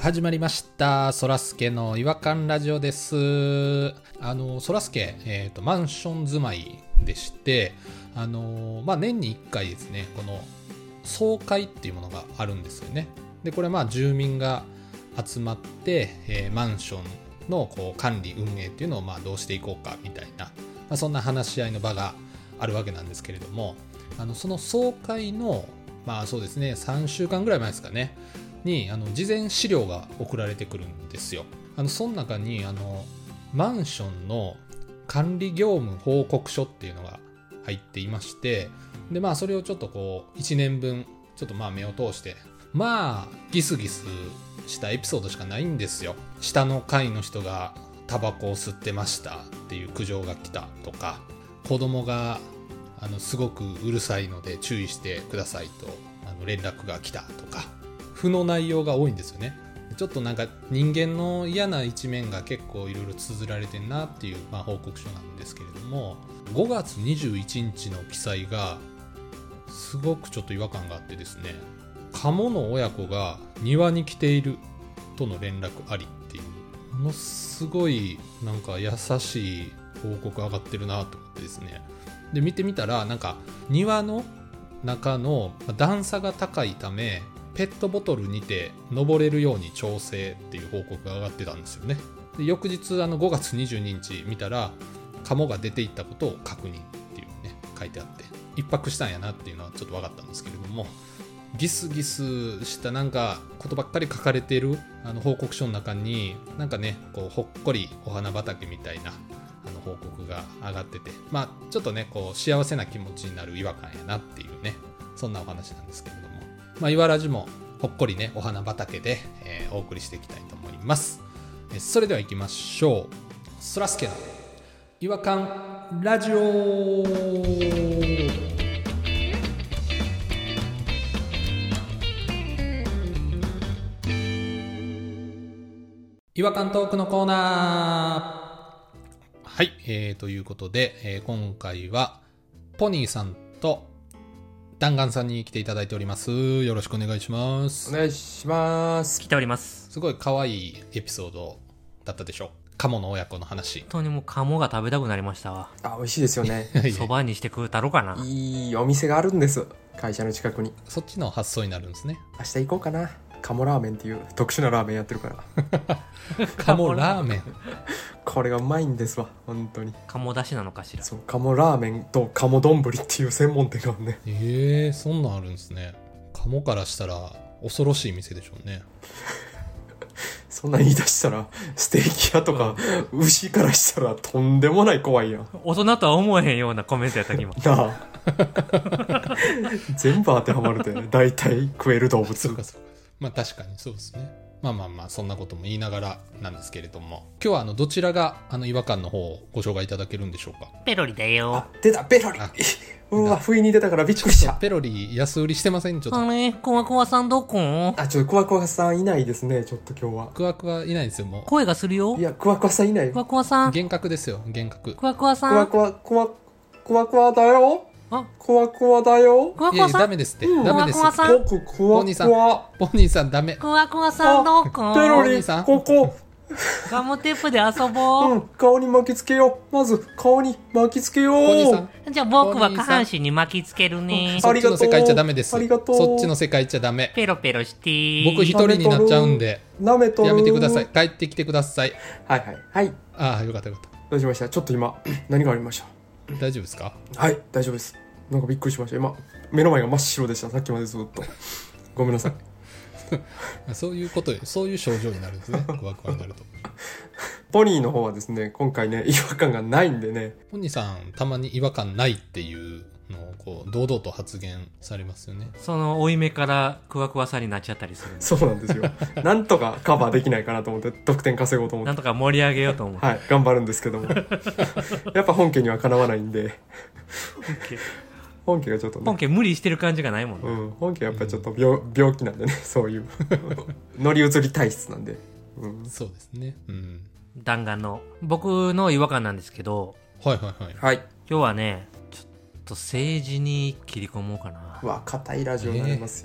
始まりました。そらすけの違和感ラジオです。そらすけ、マンション住まいでして、年に1回ですね、この総会っていうものがあるんですよね。で、これは住民が集まって、マンションのこう管理運営っていうのをどうしていこうかみたいな、そんな話し合いの場があるわけなんですけれども、その総会のそうですね、3週間ぐらい前ですかねに事前資料が送られてくるんですよ。その中にマンションの管理業務報告書っていうのが入っていまして、でそれをちょっとこう1年分ちょっと目を通してギスギスしたエピソードしかないんですよ。下の階の人がタバコを吸ってましたっていう苦情が来たとか、子供がすごくうるさいので注意してくださいと連絡が来たとか、負の内容が多いんですよね。ちょっとなんか人間の嫌な一面が結構いろいろ綴られてるなっていう、報告書なんですけれども、5月21日の記載がすごくちょっと違和感があってですね、カモの親子が庭に来ているとの連絡ありっていう、ものすごいなんか優しい報告上がってるなと思ってですね、で見てみたらなんか庭の中の段差が高いためペットボトルにて登れるように調整っていう報告が上がってたんですよね。で翌日5月22日見たらカモが出ていったことを確認っていうね書いてあって、一泊したんやなっていうのはちょっと分かったんですけれども、ギスギスしたなんかことばっかり書かれている報告書の中になんかねこうほっこりお花畑みたいな報告が上がってて、ちょっとねこう幸せな気持ちになる違和感やなっていうね、そんなお話なんですけれども、いわらじもほっこりねお花畑で、お送りしていきたいと思います。それでは行きましょう。そらすけの違和感ラジオ。違和感トークのコーナー。はい、ということで、今回はポニーさんと弾丸さんに来ていただいております。よろしくお願いします。 お願いします。 来ております。 すごい可愛いエピソードだったでしょ。カモの親子の話。 本当にもうカモが食べたくなりましたわ。 美味しいですよね。 そばにして食うたろかな。 いいお店があるんです。会社の近くに。 そっちの発想になるんですね。 明日行こうかな。カモラーメンっていう特殊なラーメンやってるからカモラーメンこれがうまいんですわ、本当に。 カモだしなのかしら。 そう、カモラーメンとカモ丼っていう専門店があるね。 そんなんあるんですね。カモからしたら恐ろしい店でしょうね。 そんなん言い出したらステーキ屋とか、牛からしたらとんでもない怖いやん。 大人とは思えへんようなコメントやった今なあ全部当てはまるで大体食える動物。 そうか確かにそうですね。そんなことも言いながらなんですけれども、今日はどちらが違和感の方をご紹介いただけるんでしょうか。 ペロリだよ。 出たペロリ。うわ、不意に出たからびっくりした。 ペロリ安売りしてません？ちょっとクワクワさんどこ？ ちょっとクワクワさんいないですね。ちょっと今日はクワクワいないんですよ。もう声がするよ。 いや、クワクワさんいないよ。 クワクワさん幻覚ですよ、幻覚。 クワクワさんクワクワだよ。クワクワだよ。 クワクワさんダメですって、ダメです。 クワクワさん僕クワクワ。 ポニーさんダメ。 クワクワさんどこ？ ペロリさんここ。 ガムテープで遊ぼう。 顔に巻きつけよう。まず顔に巻きつけよう。 ポニーさん、 じゃあ僕は下半身に巻きつけるね。 そっちの世界行っちゃダメです。 ありがとう。 そっちの世界行っちゃダメ。 ペロペロして僕一人になっちゃうんで舐めとる。 やめてください。帰ってきてください。 はい。 よかった。 どうしました？ちょっと今何がありました？ 大丈夫ですか？ はい、大丈夫です。なんかびっくりしました。今目の前が真っ白でした。さっきまでずっと。ごめんなさい。 そういう症状になるんですね。クワクワになると。 ポニーの方はですね、今回ね違和感がないんでね。 ポニーさんたまに違和感ないっていうのをこう堂々と発言されますよね。 その負い目からクワクワさになっちゃったりするんで。 そうなんですよ。なんとかカバーできないかなと思って得点稼ごうと思って。 なんとか盛り上げようと思って。 はい、頑張るんですけどもやっぱ本家にはかなわないんで本家がちょっとね、 本家無理してる感じがないもんね。 本家やっぱりちょっと病気なんでね、そういう乗り移り体質なんで、 そうですね。 弾丸の僕の違和感なんですけど、 はい。 はい。 今日はねちょっと政治に切り込もうかな。 うわ、硬いラジオになりますよ。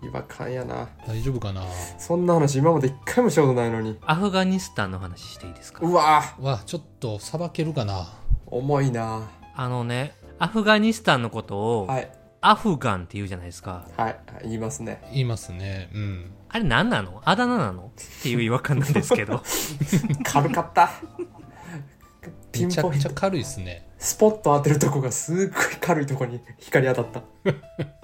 違和感やな。 大丈夫かな。 そんな話今まで一回もしたことないのに。 アフガニスタンの話していいですか？ うわちょっとさばけるかな。 重いな。 アフガニスタンのことを、 はいアフガンって言うじゃないですか。 はい言いますね。 言いますね。うん。 あれ何なの？あだ名なのっていう違和感なんですけど。 軽かった。ピンめちゃくちゃポイント軽いですね。 スポット当てるとこがすっごい軽いとこに光当たった。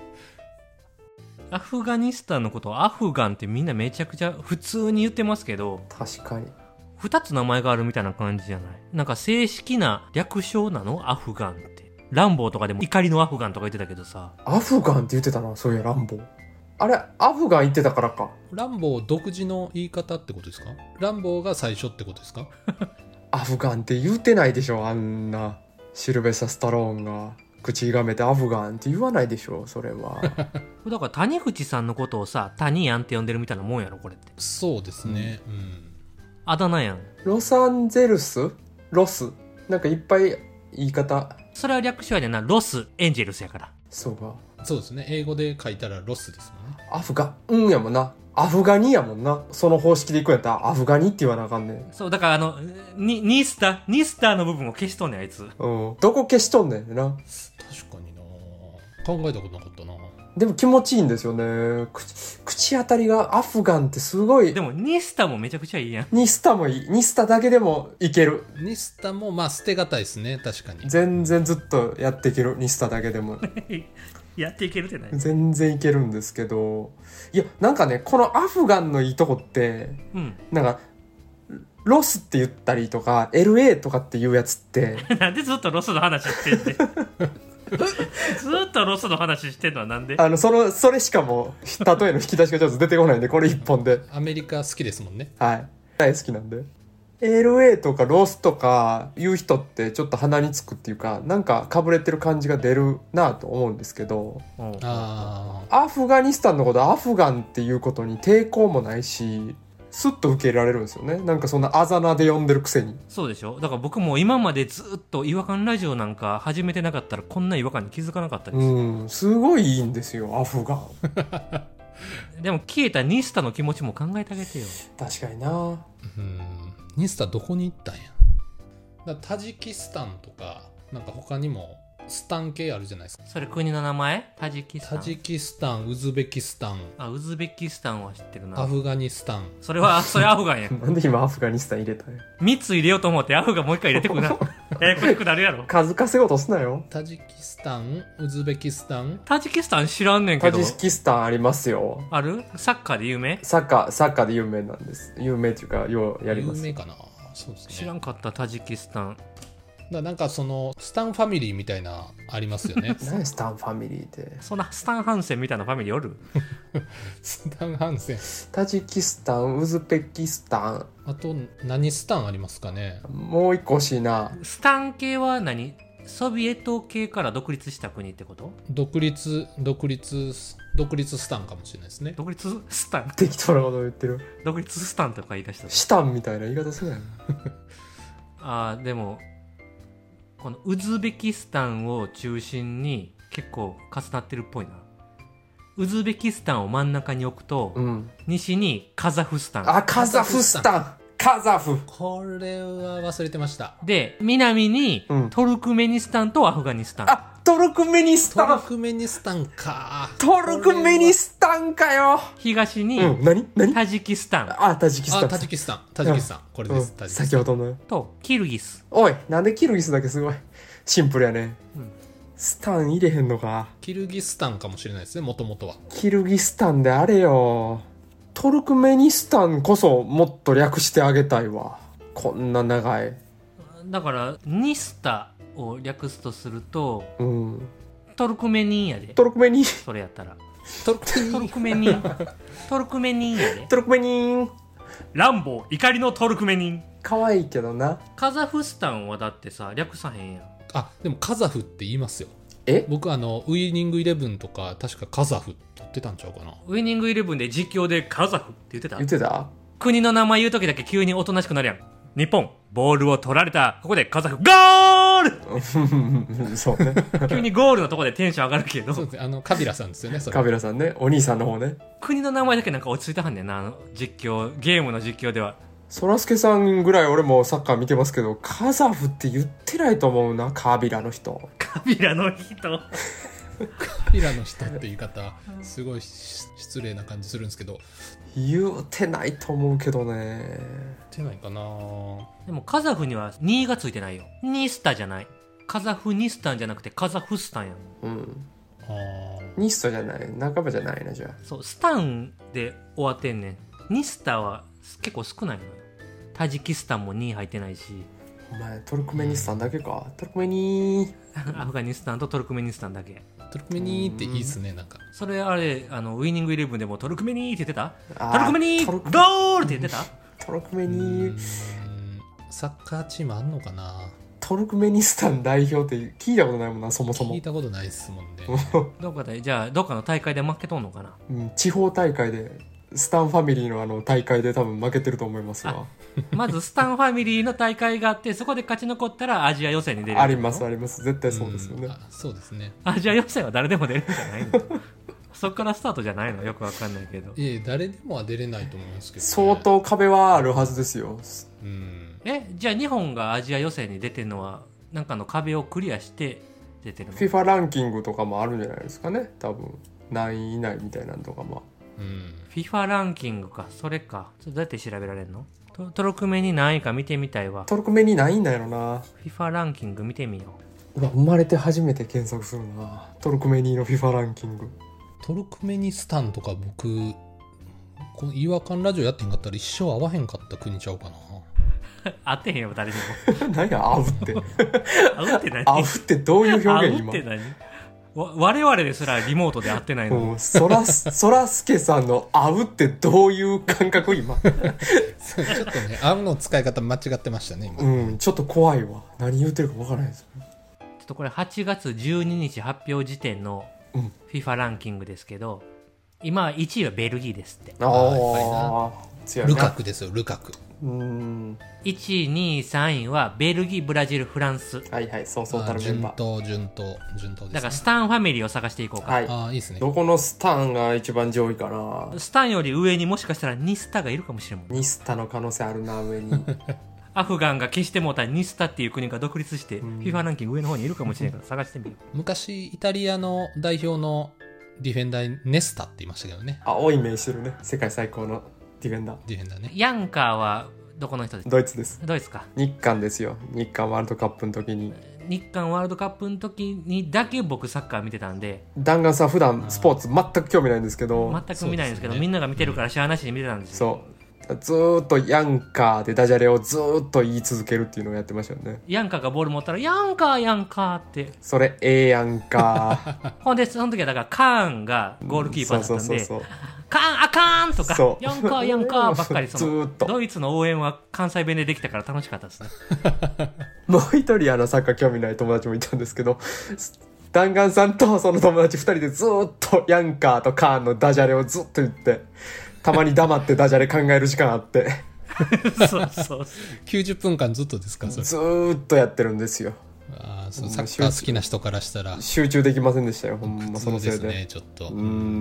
アフガニスタンのことをアフガンってみんなめちゃくちゃ普通に言ってますけど、 確かに。 二つ名前があるみたいな感じじゃない？なんか正式な略称なの？アフガンって。ランボーとかでも怒りのアフガンとか言ってたけどさ。 アフガンって言ってたな、そういやランボー。あれ、アフガン言ってたからか。 ランボー独自の言い方ってことですか？ランボーが最初ってことですか？ アフガンって言うてないでしょ、あんな。シルベスタ・スタローンが口がめてアフガンって言わないでしょ、それは。 だから谷口さんのことをさ、谷やんって呼んでるみたいなもんやろ、これって。 そうですね。うん。 あだ名やん。 ロサンゼルスロスなんかいっぱい言い方。 それは略称やでな、ロス・エンジェルスやから。 そうか。 そうですね。英語で書いたらロスですもんね。 アフガンやもんな。アフガニやもんな。その方式でいくんやったらアフガニって言わなあかんねん。 そう、だからニスターの部分を消しとんねん、あいつ。 うん。どこ消しとんねんな。 確かにな。考えたことなかったな。 でも気持ちいいんですよね。口当たりがアフガンってすごい。 でもニスタもめちゃくちゃいいやん。 ニスタもいい。ニスタだけでもいける。 ニスタもまあ捨てがたいですね。確かに。 全然ずっとやっていける。ニスタだけでも。 やっていけるってない？ 全然いけるんですけど。いや、なんかね、このアフガンのいいとこって、 うん。 なんか、ロスって言ったりとか、LA とかっていうやつって、 なんでずっとロスの話してんねん。ずっとロスの話してんのはなんで？ それしかも、例えの引き出しがちょっと出てこないんで、これ一本で。 アメリカ好きですもんね。 はい。大好きなんで。LA とかロスとか言う人ってちょっと鼻につくっていうか、なんかかぶれてる感じが出るなと思うんですけど、アフガニスタンのことアフガンっていうことに抵抗もないし、スッと受け入れられるんですよね。なんかそんなあざなで呼んでるくせに。 そうでしょ？だから僕も今までずっと違和感ラジオなんか始めてなかったらこんな違和感に気づかなかったです。 すごいいいんですよ、アフガン。 でも消えたニスタの気持ちも考えてあげてよ。 確かにな。 ニスタどこに行ったんや。タジキスタンとかなんか他にもスタン系あるじゃないですか。 それ国の名前？タジキスタン。 タジキスタン、ウズベキスタン。 ウズベキスタンは知ってるな。 アフガニスタン。 それアフガンや。 なんで今アフガニスタン入れたんや。 3つ入れようと思ってアフガンもう一回入れてくな。ややこしくなるやろ。 数稼ごうとすなよ。 タジキスタン、ウズベキスタン。 タジキスタン知らんねんけど。 タジキスタンありますよ。 ある？サッカーで有名？ サッカーで有名なんです。有名っていうか、ようやります。 有名かな。そうですね。 知らんかった、タジキスタン。 なんかそのスタンファミリーみたいなありますよね。 何スタンファミリーって。 そんなスタンハンセンみたいなファミリーおる？ スタンハンセン。 タジキスタン、ウズベキスタン。 あと何スタンありますかね。 もう一個欲しいな。 スタン系は何？ソビエト系から独立した国ってこと？ 独立スタンかもしれないですね。 独立スタン？ 適当なこと言ってる。 独立スタンとか言い出した。 シタンみたいな言い方するやん。 でもこのウズベキスタンを中心に結構重なってるっぽいな。ウズベキスタンを真ん中に置くと、西にカザフスタン。 カザフスタン。カザフ。 これは忘れてました。 で、南にトルクメニスタンとアフガニスタン。 トルクメニスタン。 トルクメニスタンか。 トルクメニスタンかよ。 東に、 何タジキスタン。 タジキスタン。 タジキスタン。これです。 先ほどの。 と、キルギス。 おい、なんでキルギスだけすごい。シンプルやね。スタン入れへんのか。 キルギスタンかもしれないですね、もともとは。 キルギスタンであれよ。トルクメニスタンこそもっと略してあげたいわ。こんな長い。 だから、ニスタを略すとすると、 トルクメニンやで。 トルクメニン。 それやったら。 トルクメニン。 トルクメニンやで。 トルクメニン。 ランボー、怒りのトルクメニン。 可愛いけどな。 カザフスタンはだってさ、略さへんやん。 でもカザフって言いますよ。僕ウイニングイレブンとか確かカザフ取ってたんちゃうかな。 ウイニングイレブンで実況でカザフって言ってた？ 言ってた？ 国の名前言うときだけ急におとなしくなるやん。日本、ボールを取られた。ここでカザフ、ゴーールそうね。 急にゴールのところでテンション上がるけど。 そうですね。カビラさんですよね、それ。 カビラさんね。お兄さんの方ね。 国の名前だけなんか落ち着いたはんねんな、実況、ゲームの実況では。 そらすけさんぐらい俺もサッカー見てますけど、カザフって言ってないと思うな、カビラの人。 カビラの人。 カビラの人って言い方、すごい失礼な感じするんですけど。 言うてないと思うけどね。 言ってないかな。 でもカザフには2がついてないよ。ニスタじゃない。カザフニスタンじゃなくてカザフスタンやもん。 うん。ニスタじゃない。仲間じゃないな、じゃあ。 そう、スタンで終わってんねん。ニスタは結構少ないのよ。タジキスタンも2入ってないし。 お前、トルクメニスタンだけか。トルクメニアフガニスタンとトルクメニスタンだけ。 トルクメニーっていいっすね、なんか。 それあれ、ウィニングイレブンでもトルクメニーって言ってた？ ー。 トルクメニートルクゴールって言ってた？ トルクメニサッカーチームあんのかな。 トルクメニスタン代表って聞いたことないもんな、そもそも。 聞いたことないっすもんね。 どっかで、じゃあどっかの大会で負けとんのかな。 うん、地方大会で、スタンファミリーの大会で多分負けてると思いますわ。 まずスタンファミリーの大会があって、そこで勝ち残ったらアジア予選に出る。 ありますあります。絶対そうですよね。 そうですね。 アジア予選は誰でも出るんじゃないの？そっからスタートじゃないの？よくわかんないけど。 誰でもは出れないと思いますけど、ね、 相当壁はあるはずですよ。 うん。 じゃあ日本がアジア予選に出てるのはなんかの壁をクリアして出てるの？ FIFA ランキングとかもあるんじゃないですかね、多分。何位以内みたいなのとかも。 うん、 FIFA ランキングか、それか。それどうやって調べられるの？トルクメに何位か見てみたいわ。 トルクメにないんだよな。 FIFA ランキング見てみようわ、生まれて初めて検索するな、トルクメニーの FIFA ランキング。 トルクメニスタンとか僕この違和感ラジオやってへんかったら一生会わへんかった国ちゃうかな。 合ってへんよ誰にも。 何や合うって合うって何？ 合うってどういう表現今？ 合うって何？我々ですらリモートで会ってないの。 そらすけさんの合うってどういう感覚今？ ちょっとね、合うの使い方間違ってましたね今。 うん、ちょっと怖いわ。何言ってるか分からないです。 ちょっとこれ8月12日発表時点の FIFA ランキングですけど、今1位はベルギーですって。 ああ、 ルカクですよ、ルカク。 1位、2位、3位はベルギー、ブラジル、フランス。 はいはい、そうそうたるメンバー。 順当ですね。 だからスタンファミリーを探していこうか。 はい。 ああ、いいですね。 どこのスタンが一番上位かな。 スタンより上にもしかしたらニスタがいるかもしれんもん。 ニスタの可能性あるな、上に。 アフガンが消してもうたニスタっていう国が独立して、FIFA ランキング上の方にいるかもしれんから探してみよう。 昔、イタリアの代表のディフェンダー、ネスタって言いましたけどね。 青い目してるね。世界最高のディフェンダー。 ね。ヤンカーはどこの人ですか？ ドイツです。 ドイツか。 日韓ですよ。日韓ワールドカップの時に。 日韓ワールドカップの時にだけ僕サッカー見てたんで。 弾丸さん普段スポーツ全く興味ないんですけど。 全く見ないんですけど、みんなが見てるからしゃあなしに見てたんですよ。 そう。ずーっとヤンカーでダジャレをずーっと言い続けるっていうのをやってましたよね。 ヤンカーがボール持ったらヤンカーヤンカーって。 それヤンカー。 ほんでその時はだからカーンがゴールキーパーだったんで、カーンあかーんとかヤンカーヤンカーばっかりそのドイツの応援は関西弁でできたから楽しかったですね。 もう一人サッカー興味ない友達もいたんですけど、弾丸さんとその友達2人でずーっとヤンカーとカーンのダジャレをずっと言って、たまに黙ってダジャレ考える時間あってそう 90分間ずっとですか？それずーっとやってるんですよ。 サッカー好きな人からしたら集中できませんでしたよ、ほんま。そのせいでね、ちょっと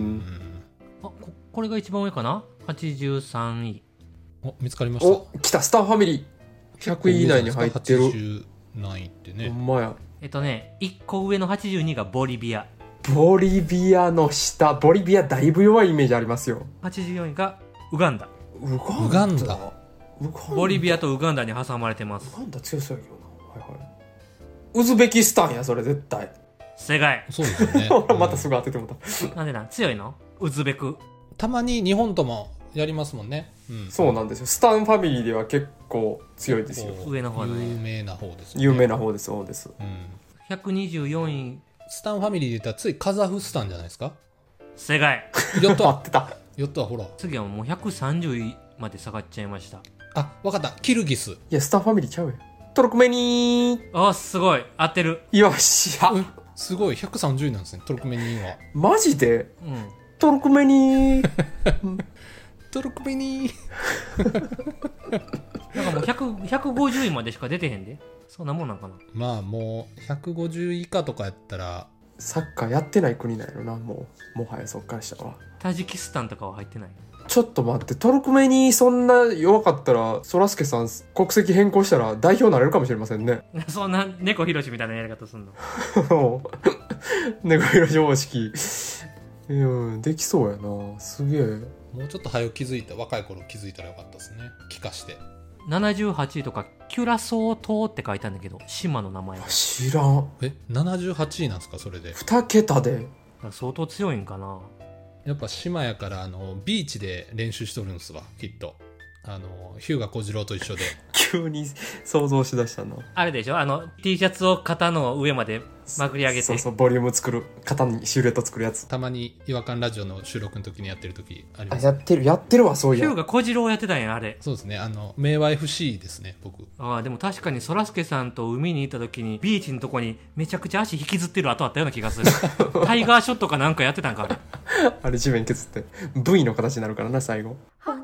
これが一番上かな。83位。 お、見つかりました。 お、来た。スターファミリー100位以内に入ってる。 80何位ってね。 ほんまや。 1個上の82がボリビア。 ボリビアの下。ボリビアだいぶ弱いイメージありますよ。 84位がウガンダ。 ウガンダ。 ボリビアとウガンダに挟まれてます。 ウガンダ強そうやけどな。はいはい。ウズベキスタンや、それ絶対。 正解。 そうですよね。 またすぐ当ててもた。 なんでなん強いの？ウズベク。 たまに日本ともやりますもんね。 そうなんですよ。スタンファミリーでは結構強いですよ。 上の方ね。 有名な方ですね。有名な方です、そうです。 124位。 スタンファミリーで言ったらついカザフスタンじゃないですか？ 正解。 やった。 合ってた。 やった、ほら。 次はもう130位まで下がっちゃいました。 あ、わかった。キルギス。 いや、スタンファミリーちゃうやん。トルクメニー。 あ、すごい。合ってる。 よっしゃ。 すごい。130位なんですね、トルクメニーは。 マジで？トルクメニー。 トルクメニー。 なんかもう150位までしか出てへんで。 そんなもんなんかな。 まあもう150以下とかやったらサッカーやってない国なんやろな、もはやそっからしたら。 タジキスタンとかは入ってない？ ちょっと待って、トルクメニそんな弱かったら、そらすけさん国籍変更したら代表になれるかもしれませんね。 そんな猫ひろしみたいなやり方すんの？ 猫ひろし方式。できそうやな。すげえ。 もうちょっと早く若い頃気づいたらよかったですね。帰化して。 78位とかキュラソー島って書いてあるんだけど、島の名前は。 知らん。 78位なんですか、それで。 2桁で。 相当強いんかな。 やっぱ島やからビーチで練習しとるんですわ、きっと。日向小次郎と一緒で。 急に想像しだしたの。 あれでしょ、T シャツを肩の上までまくり上げて。 そうボリューム作る、肩にシルエット作るやつ。 たまに違和感ラジオの収録の時にやってる時あります。 やってるわ、そういう。 日向小次郎やってたんや、あれ。 そうですね、明和 FC ですね、僕。 でも確かにそらすけさんと海に行った時にビーチのとこにめちゃくちゃ足引きずってる跡あったような気がする。タイガーショットかなんかやってたんか、あれ。 あれ地面削って V の形になるからな、最後。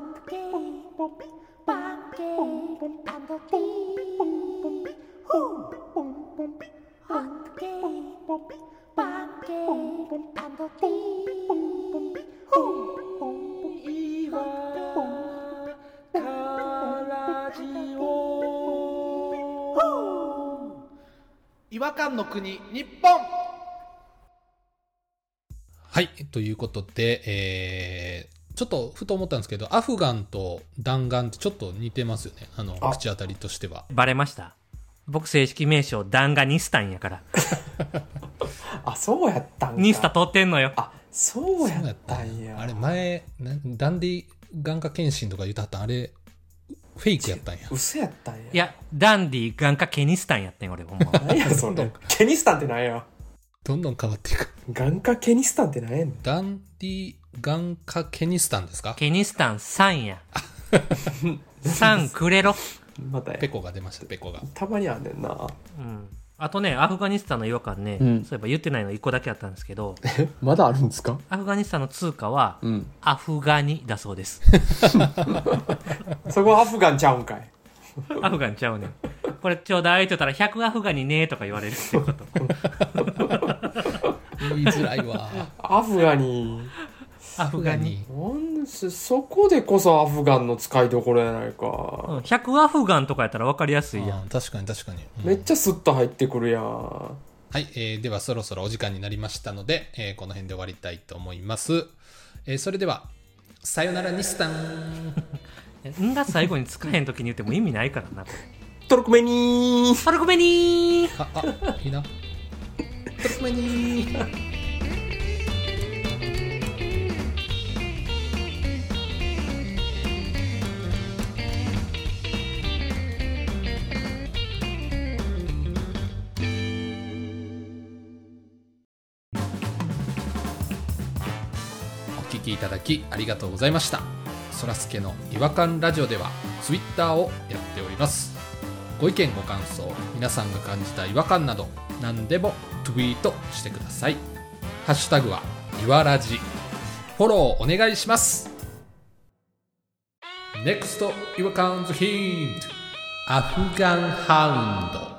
違和感の国日本。 はい、ということで、ちょっとふと思ったんですけど、アフガンと弾丸ってちょっと似てますよね、口当たりとしては。 バレました？僕正式名称ダンガニスタンやから。 あ、そうやったんか。 ニスタ取ってんのよ。 あ、そうやったんや。 あれ前ダンディ眼科検診とか言うたはったん、あれフェイクやったんや。 嘘やったんや。 いや、ダンディ眼科ケニスタンやってん俺、ほんま。 何やそれ。ケニスタンって何や。 どんどん変わっていく。 眼科ケニスタンって何やねん。 ダンディ眼科ケニスタンですか？ ケニスタン3や。3くれろ。 またペコが出ました、ペコが。 たまにあんねんな。 うん。あとね、アフガニスタンの違和感ね、そういえば言ってないの1個だけあったんですけど、 まだあるんですか？ アフガニスタンの通貨は、アフガニだそうです。 そこアフガンちゃうんかい。 アフガンちゃうねん。これちょうだいって言ったら100アフガニねとか言われるってこと。 言いづらいわ。 アフガニ。 アフガニ。 そこでこそアフガンの使いどころやないか。 100アフガンとかやったら分かりやすいやん。 確かに確かに。 めっちゃスッと入ってくるやん。 はい、ではそろそろお時間になりましたので、この辺で終わりたいと思います。それでは、さよならニスタン。 んが最後に使えん時に言っても意味ないからな、これ。 トルクメニー。 トルクメニー。 いいな。トルクメニー。お聞きいただきありがとうございました。そらすけの違和感ラジオではツイッターをやっております。ご意見ご感想、皆さんが感じた違和感など何でもツイートしてください。ハッシュタグはいわらじ。フォローお願いします。 NEXT 違和感ズヒント、アフガンハウンド。